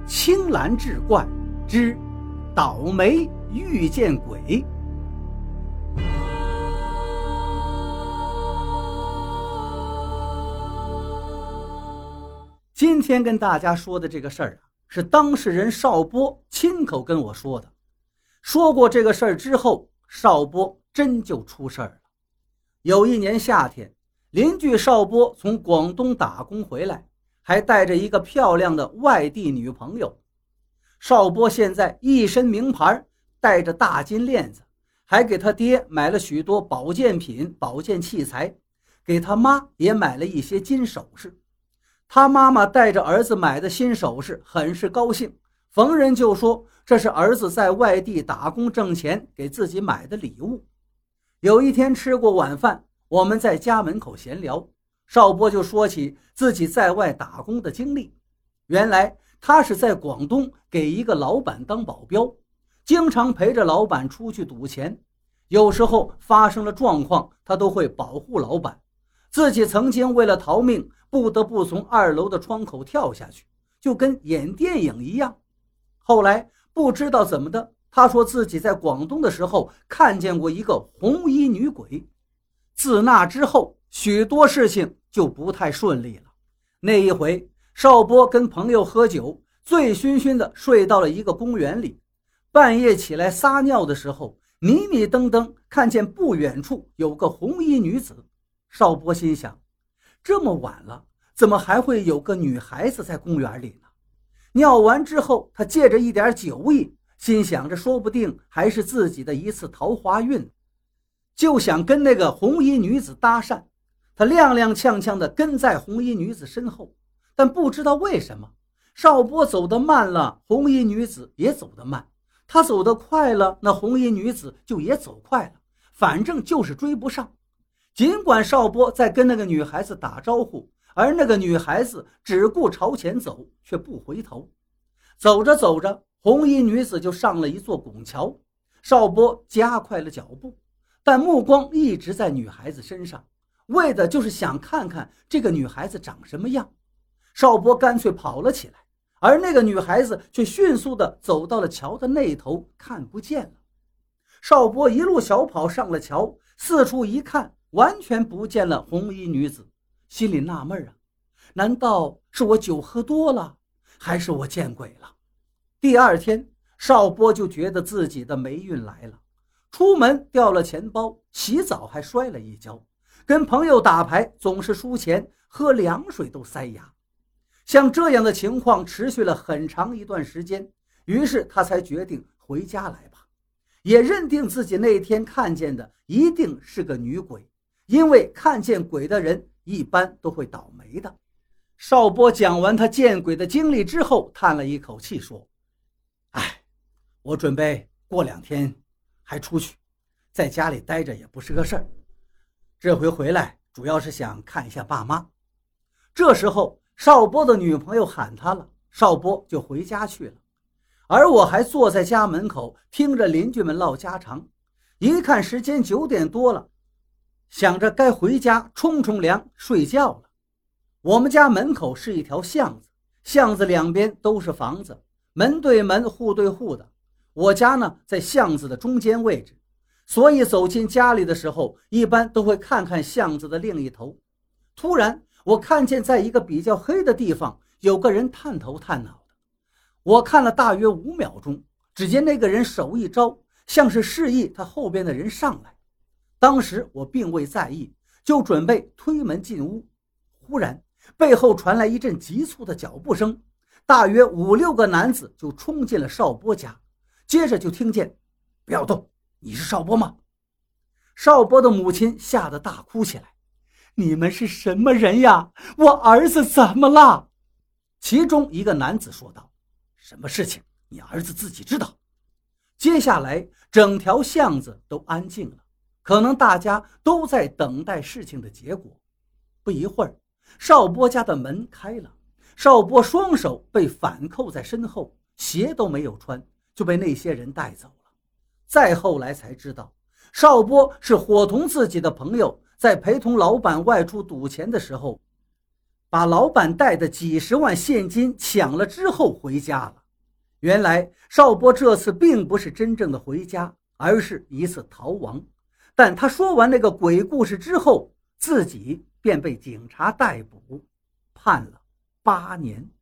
青蓝志怪之倒霉遇见鬼。今天跟大家说的这个事儿是当事人邵波亲口跟我说的。说过这个事儿之后，邵波真就出事儿了。有一年夏天，邻居邵波从广东打工回来，还带着一个漂亮的外地女朋友。邵波现在一身名牌，戴着大金链子，还给他爹买了许多保健品、保健器材，给他妈也买了一些金首饰。他妈妈带着儿子买的新首饰很是高兴，逢人就说这是儿子在外地打工挣钱给自己买的礼物。有一天吃过晚饭，我们在家门口闲聊，邵波就说起自己在外打工的经历。原来他是在广东给一个老板当保镖，经常陪着老板出去赌钱，有时候发生了状况，他都会保护老板。自己曾经为了逃命，不得不从2楼的窗口跳下去，就跟演电影一样。后来不知道怎么的，他说自己在广东的时候看见过一个红衣女鬼。自那之后，许多事情就不太顺利了。那一回，邵波跟朋友喝酒，醉醺醺的睡到了一个公园里。半夜起来撒尿的时候，迷迷瞪瞪看见不远处有个红衣女子。邵波心想，这么晚了，怎么还会有个女孩子在公园里呢？尿完之后，他借着一点酒意，心想着说不定还是自己的一次桃花运，就想跟那个红衣女子搭讪。他踉踉跄跄地跟在红衣女子身后，但不知道为什么，邵波走得慢了，红衣女子也走得慢，他走得快了，那红衣女子就也走快了，反正就是追不上。尽管邵波在跟那个女孩子打招呼，而那个女孩子只顾朝前走，却不回头。走着走着，红衣女子就上了一座拱桥。邵波加快了脚步，但目光一直在女孩子身上，为的就是想看看这个女孩子长什么样。邵波干脆跑了起来，而那个女孩子却迅速地走到了桥的那头，看不见了。邵波一路小跑上了桥，四处一看，完全不见了红衣女子，心里纳闷难道是我酒喝多了，还是我见鬼了？第二天，邵波就觉得自己的霉运来了，出门掉了钱包，洗澡还摔了一跤，跟朋友打牌总是输钱，喝凉水都塞牙。像这样的情况持续了很长一段时间，于是他才决定回家来吧，也认定自己那天看见的一定是个女鬼，因为看见鬼的人一般都会倒霉的。邵波讲完他见鬼的经历之后，叹了一口气说，我准备过2天还出去，在家里待着也不是个事儿，这回回来主要是想看一下爸妈。这时候邵波的女朋友喊他了，邵波就回家去了，而我还坐在家门口听着邻居们唠家常。一看时间9点多了，想着该回家冲冲凉睡觉了。我们家门口是一条巷子，巷子两边都是房子，门对门户对户的。我家呢在巷子的中间位置，所以走进家里的时候一般都会看看巷子的另一头。突然我看见在一个比较黑的地方有个人探头探脑的，我看了大约5秒钟，只见那个人手一招，像是示意他后边的人上来。当时我并未在意，就准备推门进屋。忽然背后传来一阵急促的脚步声，大约5、6个男子就冲进了邵波家。接着就听见，不要动，你是邵波吗？邵波的母亲吓得大哭起来，你们是什么人呀？我儿子怎么了？其中一个男子说道，什么事情你儿子自己知道。接下来整条巷子都安静了，可能大家都在等待事情的结果。不一会儿，邵波家的门开了，邵波双手被反扣在身后，鞋都没有穿，就被那些人带走了。再后来才知道，邵波是伙同自己的朋友在陪同老板外出赌钱的时候，把老板带的几10万现金抢了之后回家了。 原来邵波这次并不是真正的回家，而是一次逃亡。但他说完那个鬼故事之后，自己便被警察逮捕，判了8年。